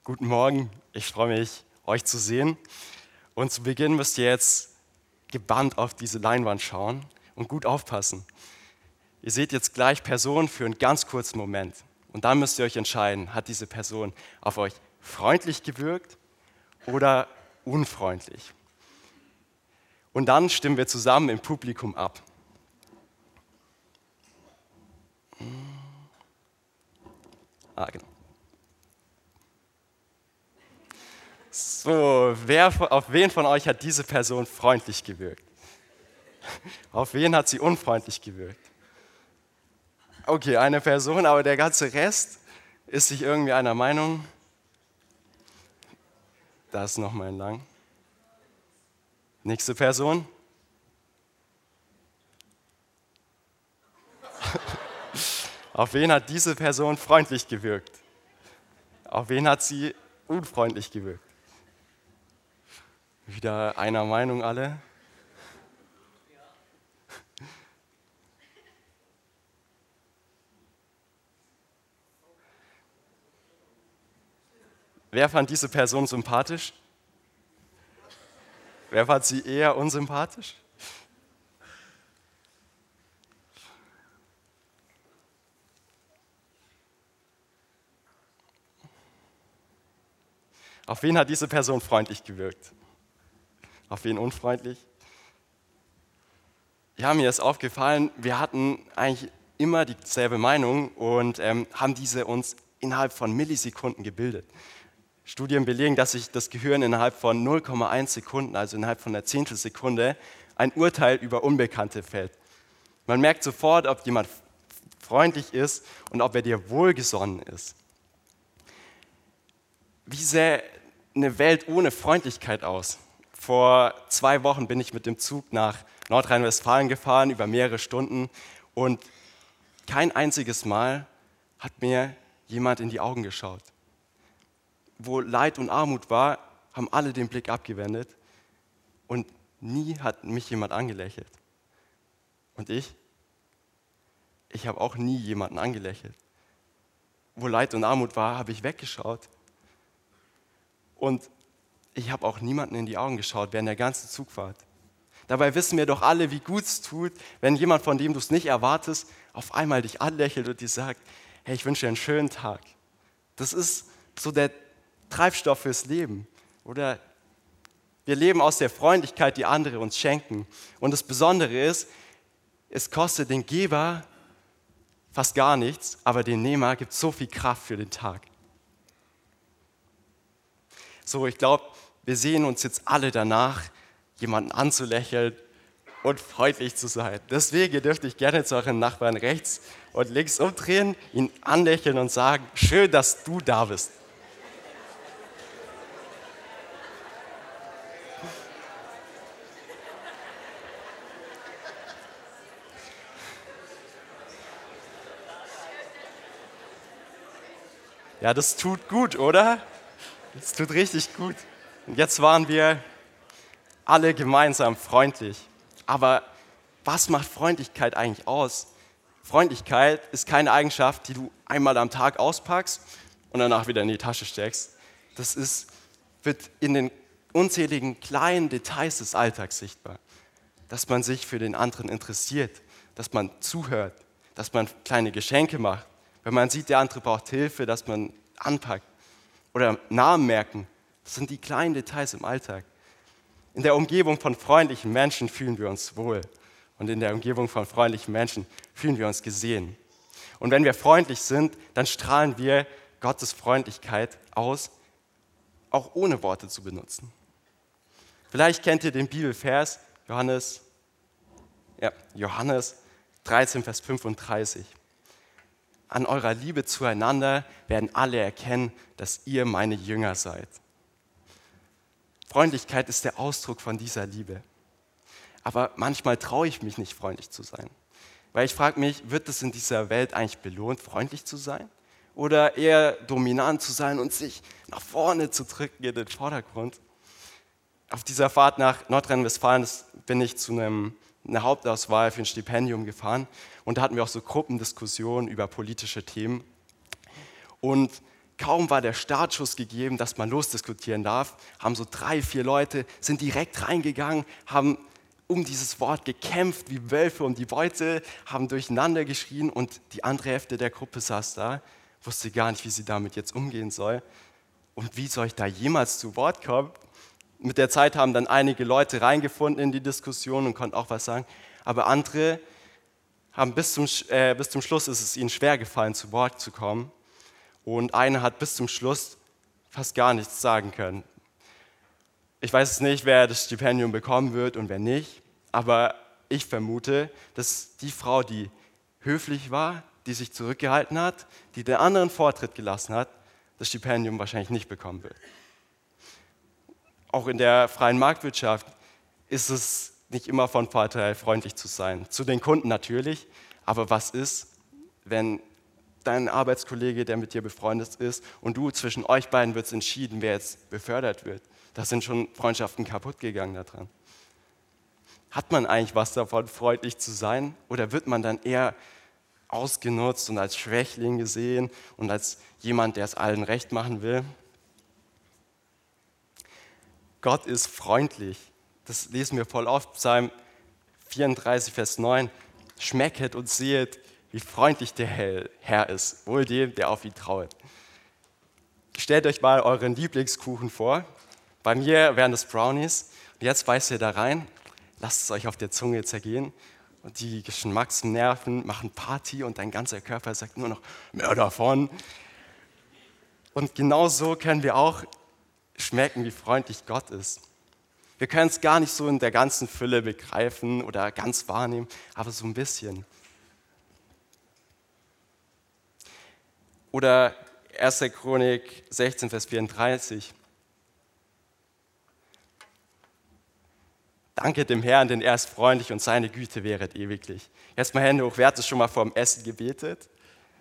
Guten Morgen, ich freue mich, euch zu sehen. Und zu Beginn müsst ihr jetzt gebannt auf diese Leinwand schauen und gut aufpassen. Ihr seht jetzt gleich Personen für einen ganz kurzen Moment. Und dann müsst ihr euch entscheiden, hat diese Person auf euch freundlich gewirkt oder unfreundlich? Und dann stimmen wir zusammen im Publikum ab. Genau. So, auf wen von euch hat diese Person freundlich gewirkt? Auf wen hat sie unfreundlich gewirkt? Okay, eine Person, aber der ganze Rest ist sich irgendwie einer Meinung. Das ist nochmal lang. Nächste Person. Auf wen hat diese Person freundlich gewirkt? Auf wen hat sie unfreundlich gewirkt? Wieder einer Meinung alle. Wer fand diese Person sympathisch? Wer fand sie eher unsympathisch? Auf wen hat diese Person freundlich gewirkt? Auf wen unfreundlich? Ja, mir ist aufgefallen, wir hatten eigentlich immer dieselbe Meinung und haben diese uns innerhalb von Millisekunden gebildet. Studien belegen, dass sich das Gehirn innerhalb von 0,1 Sekunden, also innerhalb von einer Zehntelsekunde, ein Urteil über Unbekannte fällt. Man merkt sofort, ob jemand freundlich ist und ob er dir wohlgesonnen ist. Wie sähe eine Welt ohne Freundlichkeit aus? Vor 2 Wochen bin ich mit dem Zug nach Nordrhein-Westfalen gefahren, über mehrere Stunden, und kein einziges Mal hat mir jemand in die Augen geschaut. Wo Leid und Armut war, haben alle den Blick abgewendet und nie hat mich jemand angelächelt. Und ich habe auch nie jemanden angelächelt. Wo Leid und Armut war, habe ich weggeschaut. Und ich habe auch niemanden in die Augen geschaut während der ganzen Zugfahrt. Dabei wissen wir doch alle, wie gut es tut, wenn jemand, von dem du es nicht erwartest, auf einmal dich anlächelt und dir sagt, hey, ich wünsche dir einen schönen Tag. Das ist so der Treibstoff fürs Leben. Oder wir leben aus der Freundlichkeit, die andere uns schenken. Und das Besondere ist, es kostet den Geber fast gar nichts, aber den Nehmer gibt so viel Kraft für den Tag. So, ich glaube, wir sehen uns jetzt alle danach, jemanden anzulächeln und freundlich zu sein. Deswegen dürft ihr gerne zu euren Nachbarn rechts und links umdrehen, ihn anlächeln und sagen, schön, dass du da bist. Ja, das tut gut, oder? Das tut richtig gut. Und jetzt waren wir alle gemeinsam freundlich. Aber was macht Freundlichkeit eigentlich aus? Freundlichkeit ist keine Eigenschaft, die du einmal am Tag auspackst und danach wieder in die Tasche steckst. Wird in den unzähligen kleinen Details des Alltags sichtbar. Dass man sich für den anderen interessiert, dass man zuhört, dass man kleine Geschenke macht. Wenn man sieht, der andere braucht Hilfe, dass man anpackt. Oder Namen merken. Das sind die kleinen Details im Alltag. In der Umgebung von freundlichen Menschen fühlen wir uns wohl. Und in der Umgebung von freundlichen Menschen fühlen wir uns gesehen. Und wenn wir freundlich sind, dann strahlen wir Gottes Freundlichkeit aus, auch ohne Worte zu benutzen. Vielleicht kennt ihr den Bibelvers, Johannes 13, Vers 35. An eurer Liebe zueinander werden alle erkennen, dass ihr meine Jünger seid. Freundlichkeit ist der Ausdruck von dieser Liebe. Aber manchmal traue ich mich nicht, freundlich zu sein. Weil ich frage mich, wird es in dieser Welt eigentlich belohnt, freundlich zu sein? Oder eher dominant zu sein und sich nach vorne zu drücken in den Vordergrund? Auf dieser Fahrt nach Nordrhein-Westfalen bin ich zu einer Hauptauswahl für ein Stipendium gefahren. Und da hatten wir auch so Gruppendiskussionen über politische Themen. Und kaum war der Startschuss gegeben, dass man losdiskutieren darf, haben so 3, 4 Leute, sind direkt reingegangen, haben um dieses Wort gekämpft wie Wölfe um die Beute, haben durcheinander geschrien und die andere Hälfte der Gruppe saß da, wusste gar nicht, wie sie damit jetzt umgehen soll. Und wie soll ich da jemals zu Wort kommen? Mit der Zeit haben dann einige Leute reingefunden in die Diskussion und konnten auch was sagen, aber andere haben bis zum Schluss ist es ihnen schwer gefallen, zu Wort zu kommen. Und einer hat bis zum Schluss fast gar nichts sagen können. Ich weiß es nicht, wer das Stipendium bekommen wird und wer nicht, aber ich vermute, dass die Frau, die höflich war, die sich zurückgehalten hat, die den anderen Vortritt gelassen hat, das Stipendium wahrscheinlich nicht bekommen wird. Auch in der freien Marktwirtschaft ist es nicht immer von Vorteil, freundlich zu sein. Zu den Kunden natürlich, aber was ist, wenn dein Arbeitskollege, der mit dir befreundet ist, und du, zwischen euch beiden wird es entschieden, wer jetzt befördert wird. Da sind schon Freundschaften kaputt gegangen daran. Hat man eigentlich was davon, freundlich zu sein? Oder wird man dann eher ausgenutzt und als Schwächling gesehen und als jemand, der es allen recht machen will? Gott ist freundlich. Das lesen wir voll oft, Psalm 34, Vers 9. Schmecket und sehet, wie freundlich der Herr ist, wohl dem, der auf ihn trauet. Stellt euch mal euren Lieblingskuchen vor. Bei mir wären das Brownies. Und jetzt beißt ihr da rein, lasst es euch auf der Zunge zergehen. Und die Geschmacksnerven machen Party und dein ganzer Körper sagt nur noch, mehr davon. Und genau so können wir auch schmecken, wie freundlich Gott ist. Wir können es gar nicht so in der ganzen Fülle begreifen oder ganz wahrnehmen, aber so ein bisschen. Oder 1. Chronik 16, Vers 34. Danket dem Herrn, denn er ist freundlich und seine Güte währet ewiglich. Jetzt mal Hände hoch, wer hat es schon mal vor dem Essen gebetet?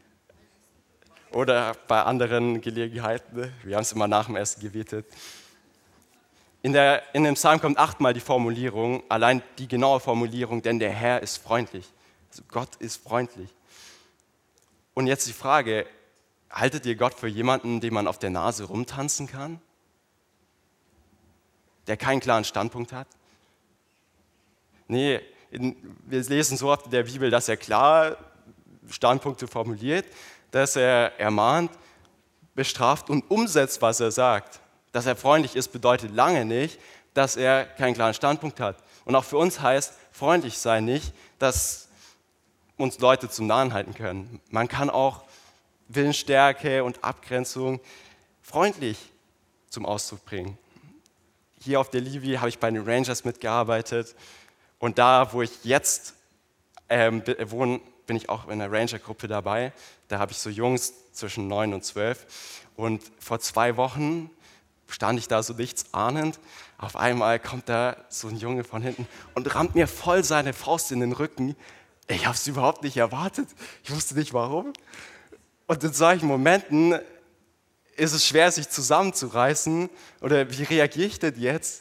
Oder bei anderen Gelegenheiten? Wir haben es immer nach dem Essen gebetet. In dem Psalm kommt 8-mal die Formulierung, allein die genaue Formulierung, denn der Herr ist freundlich. Also Gott ist freundlich. Und jetzt die Frage, haltet ihr Gott für jemanden, den man auf der Nase rumtanzen kann? Der keinen klaren Standpunkt hat? Nee, wir lesen so oft in der Bibel, dass er klar Standpunkte formuliert, dass er ermahnt, bestraft und umsetzt, was er sagt. Dass er freundlich ist, bedeutet lange nicht, dass er keinen klaren Standpunkt hat. Und auch für uns heißt freundlich sein nicht, dass uns Leute zum Narren halten können. Man kann auch Willensstärke und Abgrenzung freundlich zum Ausdruck bringen. Hier auf der Livi habe ich bei den Rangers mitgearbeitet und da, wo ich jetzt wohne, bin ich auch in einer Ranger-Gruppe dabei. Da habe ich so Jungs zwischen 9 und 12 und vor 2 Wochen stand ich da so nichts ahnend. Auf einmal kommt da so ein Junge von hinten und rammt mir voll seine Faust in den Rücken. Ich habe es überhaupt nicht erwartet. Ich wusste nicht warum. Und in solchen Momenten ist es schwer, sich zusammenzureißen. Oder wie reagiere ich denn jetzt?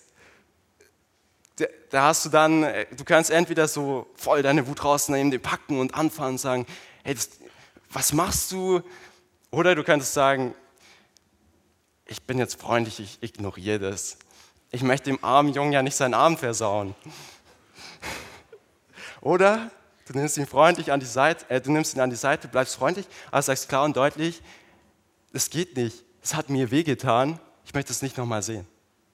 Da hast du dann, du kannst entweder so voll deine Wut rausnehmen, den packen und anfangen und sagen, hey, was machst du? Oder du könntest sagen, ich bin jetzt freundlich, ich ignoriere das. Ich möchte dem armen Jungen ja nicht seinen Abend versauen. Oder du nimmst ihn freundlich an die Seite, bleibst freundlich, aber sagst klar und deutlich, es geht nicht, es hat mir wehgetan, ich möchte es nicht nochmal sehen.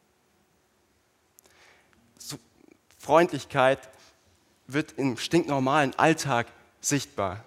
So, Freundlichkeit wird im stinknormalen Alltag sichtbar.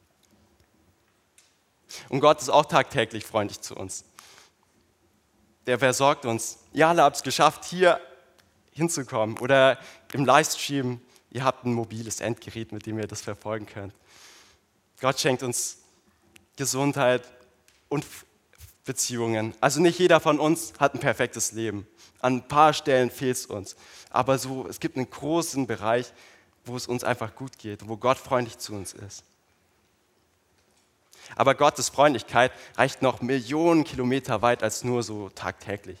Und Gott ist auch tagtäglich freundlich zu uns. Der versorgt uns. Ihr alle habt es geschafft, hier hinzukommen. Oder im Livestream, ihr habt ein mobiles Endgerät, mit dem ihr das verfolgen könnt. Gott schenkt uns Gesundheit und Beziehungen. Also nicht jeder von uns hat ein perfektes Leben. An ein paar Stellen fehlt es uns. Aber so, es gibt einen großen Bereich, wo es uns einfach gut geht, wo Gott freundlich zu uns ist. Aber Gottes Freundlichkeit reicht noch Millionen Kilometer weit als nur so tagtäglich.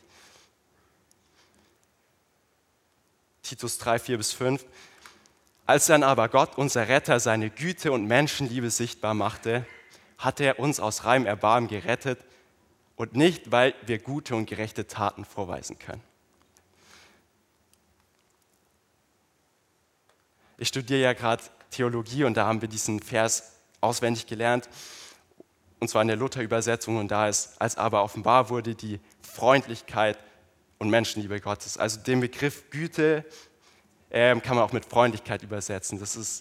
Titus 3, 4-5. Als dann aber Gott, unser Retter, seine Güte und Menschenliebe sichtbar machte, hat er uns aus reinem Erbarmen gerettet und nicht, weil wir gute und gerechte Taten vorweisen können. Ich studiere ja gerade Theologie und da haben wir diesen Vers auswendig gelernt, und zwar in der Luther-Übersetzung, und da ist, als aber offenbar wurde, die Freundlichkeit und Menschenliebe Gottes. Also den Begriff Güte kann man auch mit Freundlichkeit übersetzen. Das ist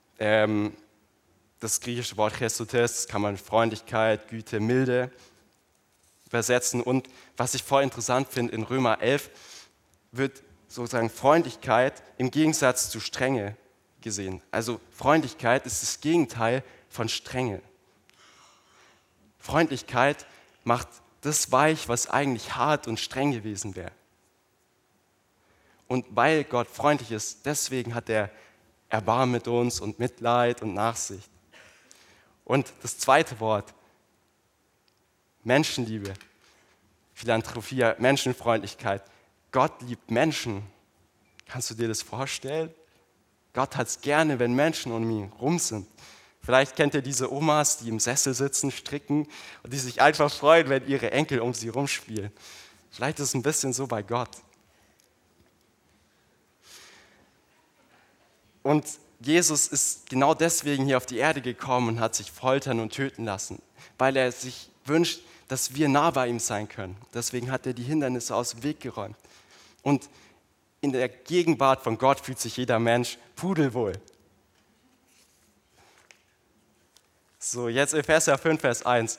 das griechische Wort Chrestotes, das kann man mit Freundlichkeit, Güte, Milde übersetzen. Und was ich voll interessant finde, in Römer 11 wird sozusagen Freundlichkeit im Gegensatz zu Strenge gesehen. Also Freundlichkeit ist das Gegenteil von Strenge. Freundlichkeit macht das weich, was eigentlich hart und streng gewesen wäre. Und weil Gott freundlich ist, deswegen hat er Erbarmen mit uns und Mitleid und Nachsicht. Und das zweite Wort, Menschenliebe, Philanthropie, Menschenfreundlichkeit. Gott liebt Menschen. Kannst du dir das vorstellen? Gott hat es gerne, wenn Menschen um ihn rum sind. Vielleicht kennt ihr diese Omas, die im Sessel sitzen, stricken und die sich einfach freuen, wenn ihre Enkel um sie rumspielen. Vielleicht ist es ein bisschen so bei Gott. Und Jesus ist genau deswegen hier auf die Erde gekommen und hat sich foltern und töten lassen, weil er sich wünscht, dass wir nah bei ihm sein können. Deswegen hat er die Hindernisse aus dem Weg geräumt. Und in der Gegenwart von Gott fühlt sich jeder Mensch pudelwohl. So, jetzt Epheser 5, Vers 1.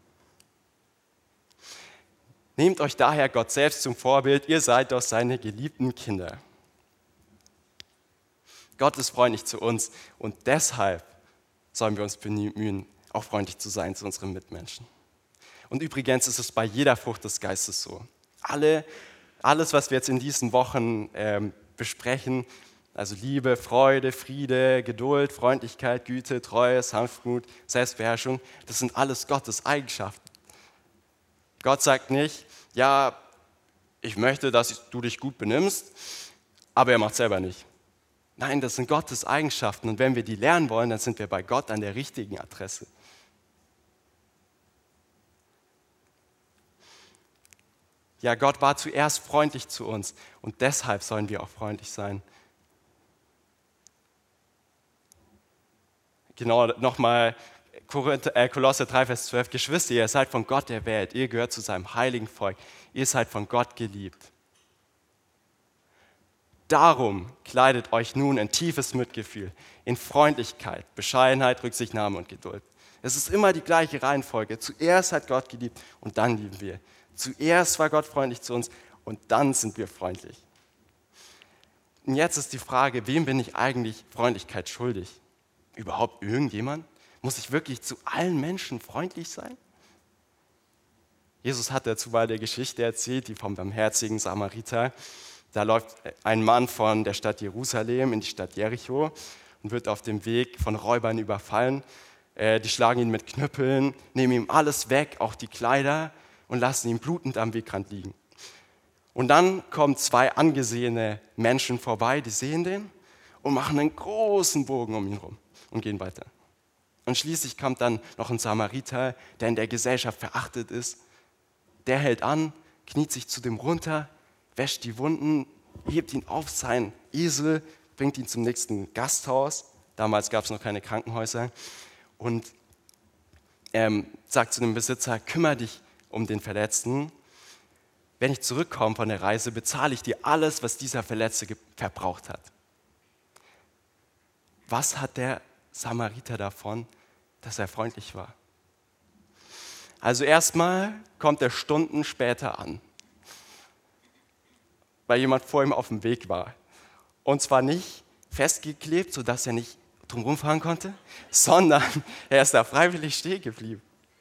Nehmt euch daher Gott selbst zum Vorbild, ihr seid doch seine geliebten Kinder. Gott ist freundlich zu uns und deshalb sollen wir uns bemühen, auch freundlich zu sein zu unseren Mitmenschen. Und übrigens ist es bei jeder Frucht des Geistes so. Alles, was wir jetzt in diesen Wochen besprechen, also Liebe, Freude, Friede, Geduld, Freundlichkeit, Güte, Treue, Sanftmut, Selbstbeherrschung, das sind alles Gottes Eigenschaften. Gott sagt nicht, ja, ich möchte, dass du dich gut benimmst, aber er macht es selber nicht. Nein, das sind Gottes Eigenschaften und wenn wir die lernen wollen, dann sind wir bei Gott an der richtigen Adresse. Ja, Gott war zuerst freundlich zu uns und deshalb sollen wir auch freundlich sein. Genau, nochmal Kolosser 3, Vers 12. Geschwister, ihr seid von Gott erwählt, ihr gehört zu seinem heiligen Volk, ihr seid von Gott geliebt. Darum kleidet euch nun in tiefes Mitgefühl, in Freundlichkeit, Bescheidenheit, Rücksichtnahme und Geduld. Es ist immer die gleiche Reihenfolge. Zuerst hat Gott geliebt und dann lieben wir. Zuerst war Gott freundlich zu uns und dann sind wir freundlich. Und jetzt ist die Frage, wem bin ich eigentlich Freundlichkeit schuldig? Überhaupt irgendjemand? Muss ich wirklich zu allen Menschen freundlich sein? Jesus hat dazu mal eine Geschichte erzählt, die vom barmherzigen Samariter. Da läuft ein Mann von der Stadt Jerusalem in die Stadt Jericho und wird auf dem Weg von Räubern überfallen. Die schlagen ihn mit Knüppeln, nehmen ihm alles weg, auch die Kleider, und lassen ihn blutend am Wegrand liegen. Und dann kommen zwei angesehene Menschen vorbei, die sehen den und machen einen großen Bogen um ihn herum und gehen weiter. Und schließlich kommt dann noch ein Samariter, der in der Gesellschaft verachtet ist. Der hält an, kniet sich zu dem runter, wäscht die Wunden, hebt ihn auf seinen Esel, bringt ihn zum nächsten Gasthaus. Damals gab es noch keine Krankenhäuser. Und sagt zu dem Besitzer, kümmere dich um den Verletzten. Wenn ich zurückkomme von der Reise, bezahle ich dir alles, was dieser Verletzte verbraucht hat. Was hat der Samariter davon, dass er freundlich war? Also erstmal kommt er Stunden später an, weil jemand vor ihm auf dem Weg war. Und zwar nicht festgeklebt, sodass er nicht drumherum fahren konnte, sondern er ist da freiwillig stehen geblieben.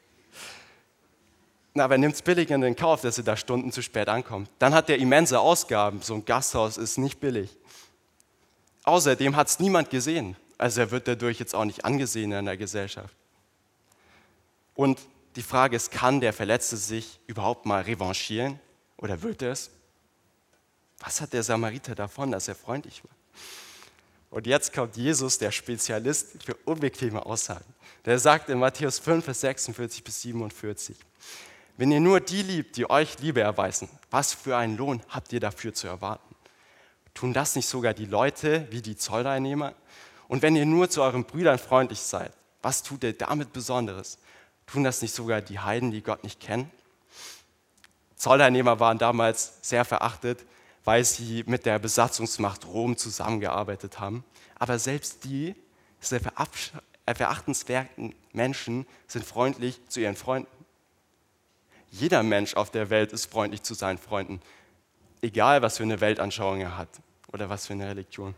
Aber er nimmt es billig in den Kauf, dass er da Stunden zu spät ankommt. Dann hat er immense Ausgaben. So ein Gasthaus ist nicht billig. Außerdem hat es niemand gesehen. Also er wird dadurch jetzt auch nicht angesehen in der Gesellschaft. Und die Frage ist, kann der Verletzte sich überhaupt mal revanchieren? Oder wird er es? Was hat der Samariter davon, dass er freundlich war? Und jetzt kommt Jesus, der Spezialist für unbequeme Aussagen. Der sagt in Matthäus 5, Vers 46 bis 47, Wenn ihr nur die liebt, die euch Liebe erweisen, was für einen Lohn habt ihr dafür zu erwarten? Tun das nicht sogar die Leute wie die Zolleinnehmer? Und wenn ihr nur zu euren Brüdern freundlich seid, was tut ihr damit Besonderes? Tun das nicht sogar die Heiden, die Gott nicht kennen? Zolleinnehmer waren damals sehr verachtet, weil sie mit der Besatzungsmacht Rom zusammengearbeitet haben. Aber selbst diese verachtenswerten Menschen sind freundlich zu ihren Freunden. Jeder Mensch auf der Welt ist freundlich zu seinen Freunden, egal was für eine Weltanschauung er hat oder was für eine Religion.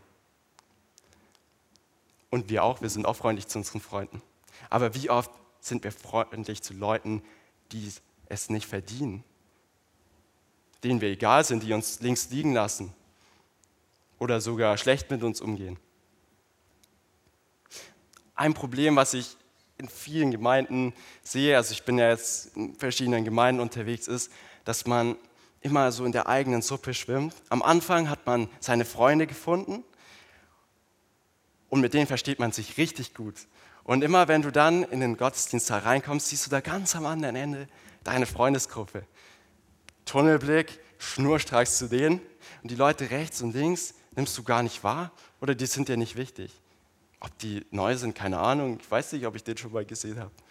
Und wir sind auch freundlich zu unseren Freunden. Aber wie oft sind wir freundlich zu Leuten, die es nicht verdienen, denen wir egal sind, die uns links liegen lassen oder sogar schlecht mit uns umgehen? Ein Problem, was ich in vielen Gemeinden sehe, also ich bin ja jetzt in verschiedenen Gemeinden unterwegs, ist, dass man immer so in der eigenen Suppe schwimmt. Am Anfang hat man seine Freunde gefunden und mit denen versteht man sich richtig gut. Und immer wenn du dann in den Gottesdienst reinkommst, siehst du da ganz am anderen Ende deine Freundesgruppe. Tunnelblick, schnurstracks zu denen und die Leute rechts und links nimmst du gar nicht wahr oder die sind dir nicht wichtig. Ob die neu sind, keine Ahnung, ich weiß nicht, ob ich den schon mal gesehen habe.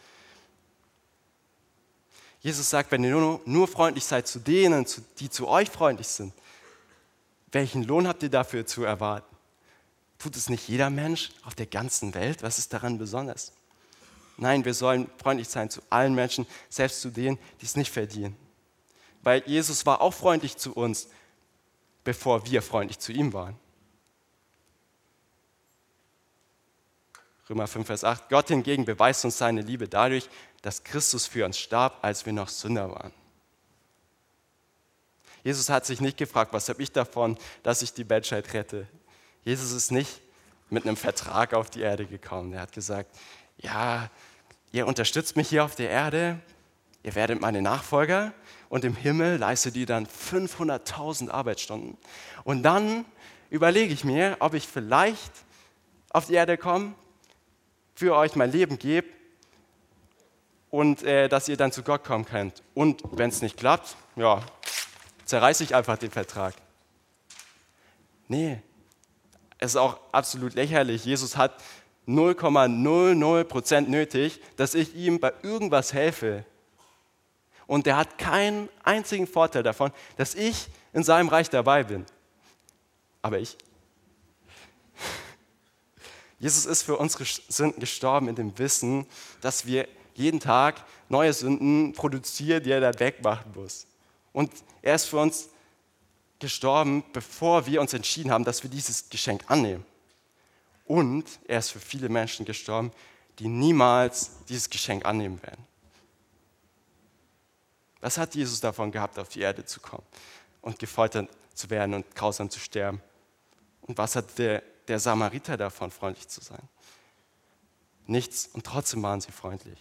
Jesus sagt, wenn ihr nur freundlich seid zu denen, die zu euch freundlich sind, welchen Lohn habt ihr dafür zu erwarten? Tut es nicht jeder Mensch auf der ganzen Welt? Was ist daran besonders? Nein, wir sollen freundlich sein zu allen Menschen, selbst zu denen, die es nicht verdienen. Weil Jesus war auch freundlich zu uns, bevor wir freundlich zu ihm waren. Römer 5, Vers 8. Gott hingegen beweist uns seine Liebe dadurch, dass Christus für uns starb, als wir noch Sünder waren. Jesus hat sich nicht gefragt, was habe ich davon, dass ich die Menschheit rette. Jesus ist nicht mit einem Vertrag auf die Erde gekommen. Er hat gesagt, ja, ihr unterstützt mich hier auf der Erde, ihr werdet meine Nachfolger und im Himmel leistet ihr dann 500.000 Arbeitsstunden. Und dann überlege ich mir, ob ich vielleicht auf die Erde komme, für euch mein Leben gebe und dass ihr dann zu Gott kommen könnt. Und wenn es nicht klappt, ja, zerreiße ich einfach den Vertrag. Nee, es ist auch absolut lächerlich. Jesus hat 0,00% nötig, dass ich ihm bei irgendwas helfe. Und er hat keinen einzigen Vorteil davon, dass ich in seinem Reich dabei bin. Aber ich. Jesus ist für unsere Sünden gestorben in dem Wissen, dass wir jeden Tag neue Sünden produzieren, die er dann wegmachen muss. Und er ist für uns gestorben, bevor wir uns entschieden haben, dass wir dieses Geschenk annehmen. Und er ist für viele Menschen gestorben, die niemals dieses Geschenk annehmen werden. Was hat Jesus davon gehabt, auf die Erde zu kommen und gefoltert zu werden und grausam zu sterben? Und was hat der Samariter davon, freundlich zu sein? Nichts, und trotzdem waren sie freundlich.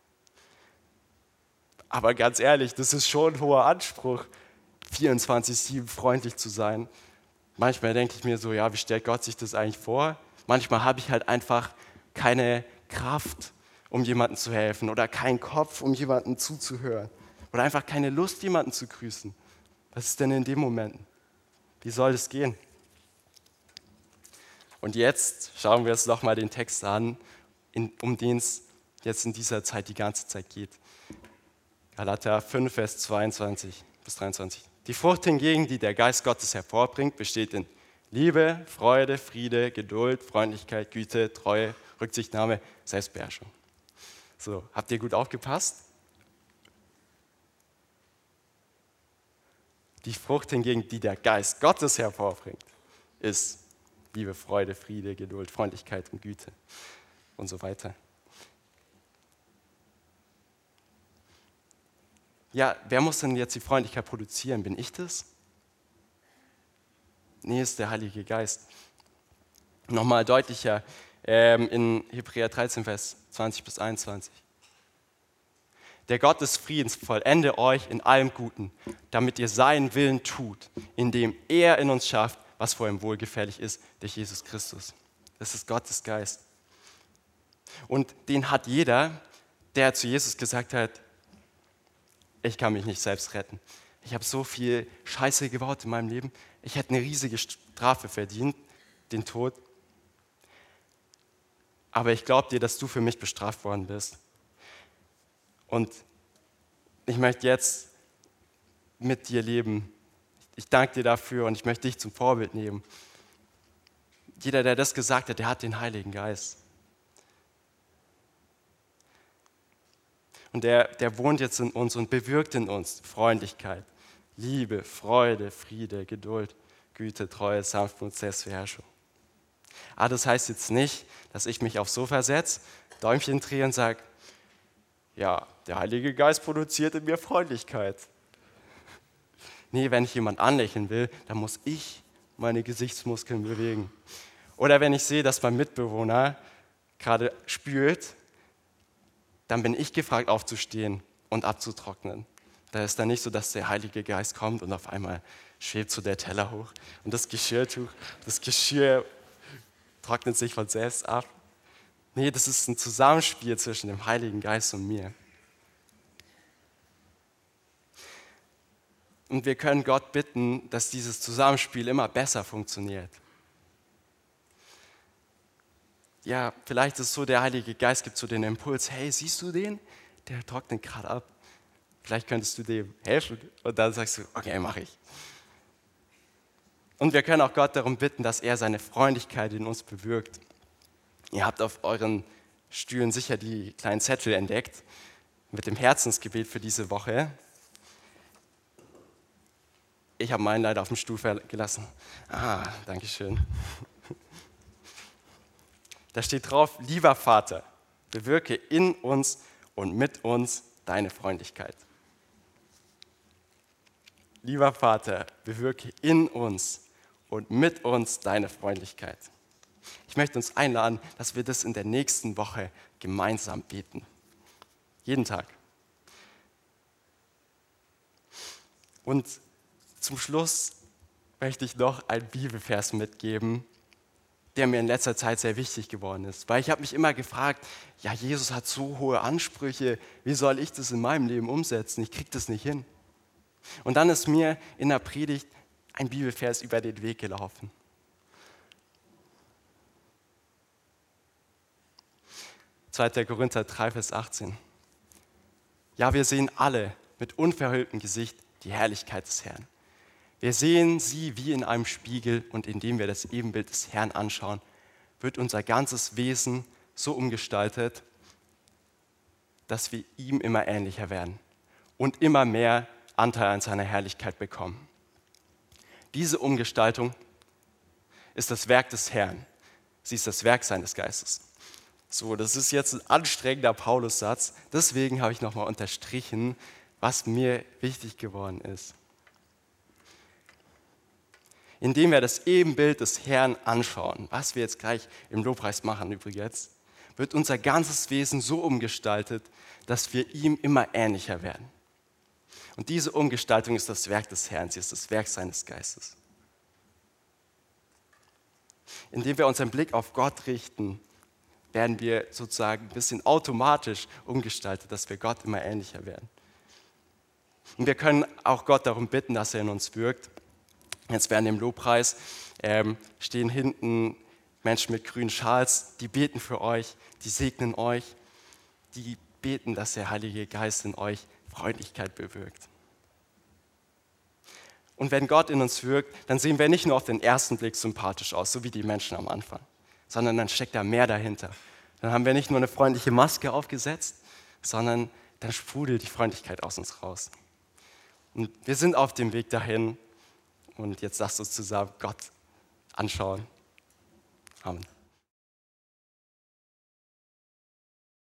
Aber ganz ehrlich, das ist schon ein hoher Anspruch, 24/7 freundlich zu sein. Manchmal denke ich mir so, ja, wie stellt Gott sich das eigentlich vor? Manchmal habe ich halt einfach keine Kraft, um jemandem zu helfen oder keinen Kopf, um jemandem zuzuhören oder einfach keine Lust, jemanden zu grüßen. Was ist denn in dem Moment? Wie soll das gehen? Und jetzt schauen wir uns nochmal den Text an, um den es jetzt in dieser Zeit die ganze Zeit geht. Galater 5, Vers 22 bis 23. Die Frucht hingegen, die der Geist Gottes hervorbringt, besteht in Liebe, Freude, Friede, Geduld, Freundlichkeit, Güte, Treue, Rücksichtnahme, Selbstbeherrschung. So, habt ihr gut aufgepasst? Die Frucht hingegen, die der Geist Gottes hervorbringt, ist Liebe, Freude, Friede, Geduld, Freundlichkeit und Güte und so weiter. Ja, wer muss denn jetzt die Freundlichkeit produzieren? Bin ich das? Nee, ist der Heilige Geist. Nochmal deutlicher in Hebräer 13, Vers 20 bis 21. Der Gott des Friedens vollende euch in allem Guten, damit ihr seinen Willen tut, indem er in uns schafft, was vor ihm wohlgefällig ist, durch Jesus Christus. Das ist Gottes Geist. Und den hat jeder, der zu Jesus gesagt hat, ich kann mich nicht selbst retten. Ich habe so viel Scheiße gebaut in meinem Leben. Ich hätte eine riesige Strafe verdient, den Tod. Aber ich glaube dir, dass du für mich bestraft worden bist. Und ich möchte jetzt mit dir leben. Ich danke dir dafür und ich möchte dich zum Vorbild nehmen. Jeder, der das gesagt hat, der hat den Heiligen Geist. Und der wohnt jetzt in uns und bewirkt in uns Freundlichkeit, Liebe, Freude, Friede, Geduld, Güte, Treue, Sanftmut, Selbstbeherrschung. Aber das heißt jetzt nicht, dass ich mich aufs Sofa setze, Däumchen drehe und sage, ja, der Heilige Geist produziert in mir Freundlichkeit. Nee, wenn ich jemanden anlächeln will, dann muss ich meine Gesichtsmuskeln bewegen. Oder wenn ich sehe, dass mein Mitbewohner gerade spült, dann bin ich gefragt, aufzustehen und abzutrocknen. Da ist dann nicht so, dass der Heilige Geist kommt und auf einmal schwebt so der Teller hoch und das Geschirr trocknet sich von selbst ab. Nee, das ist ein Zusammenspiel zwischen dem Heiligen Geist und mir. Und wir können Gott bitten, dass dieses Zusammenspiel immer besser funktioniert. Ja, vielleicht ist es so, der Heilige Geist gibt so den Impuls, hey, siehst du den? Der trocknet gerade ab. Vielleicht könntest du dem helfen. Und dann sagst du, okay, mache ich. Und wir können auch Gott darum bitten, dass er seine Freundlichkeit in uns bewirkt. Ihr habt auf euren Stühlen sicher die kleinen Zettel entdeckt mit dem Herzensgebet für diese Woche. Ich habe meinen leider auf dem Stuhl gelassen. Danke schön. Da steht drauf, lieber Vater, bewirke in uns und mit uns deine Freundlichkeit. Lieber Vater, bewirke in uns und mit uns deine Freundlichkeit. Ich möchte uns einladen, dass wir das in der nächsten Woche gemeinsam beten. Jeden Tag. Und zum Schluss möchte ich noch einen Bibelvers mitgeben, der mir in letzter Zeit sehr wichtig geworden ist. Weil ich habe mich immer gefragt, ja, Jesus hat so hohe Ansprüche, wie soll ich das in meinem Leben umsetzen? Ich kriege das nicht hin. Und dann ist mir in der Predigt ein Bibelvers über den Weg gelaufen. 2. Korinther 3, Vers 18. Ja, wir sehen alle mit unverhülltem Gesicht die Herrlichkeit des Herrn. Wir sehen sie wie in einem Spiegel und indem wir das Ebenbild des Herrn anschauen, wird unser ganzes Wesen so umgestaltet, dass wir ihm immer ähnlicher werden und immer mehr Anteil an seiner Herrlichkeit bekommen. Diese Umgestaltung ist das Werk des Herrn. Sie ist das Werk seines Geistes. So, das ist jetzt ein anstrengender Paulussatz. Deswegen habe ich nochmal unterstrichen, was mir wichtig geworden ist. Indem wir das Ebenbild des Herrn anschauen, was wir jetzt gleich im Lobpreis machen übrigens, wird unser ganzes Wesen so umgestaltet, dass wir ihm immer ähnlicher werden. Und diese Umgestaltung ist das Werk des Herrn, sie ist das Werk seines Geistes. Indem wir unseren Blick auf Gott richten, werden wir sozusagen ein bisschen automatisch umgestaltet, dass wir Gott immer ähnlicher werden. Und wir können auch Gott darum bitten, dass er in uns wirkt. Jetzt während dem Lobpreis stehen hinten Menschen mit grünen Schals, die beten für euch, die segnen euch, die beten, dass der Heilige Geist in euch Freundlichkeit bewirkt. Und wenn Gott in uns wirkt, dann sehen wir nicht nur auf den ersten Blick sympathisch aus, so wie die Menschen am Anfang, sondern dann steckt da mehr dahinter. Dann haben wir nicht nur eine freundliche Maske aufgesetzt, sondern dann sprudelt die Freundlichkeit aus uns raus. Und wir sind auf dem Weg dahin. Und jetzt lasst uns zusammen Gott anschauen. Amen.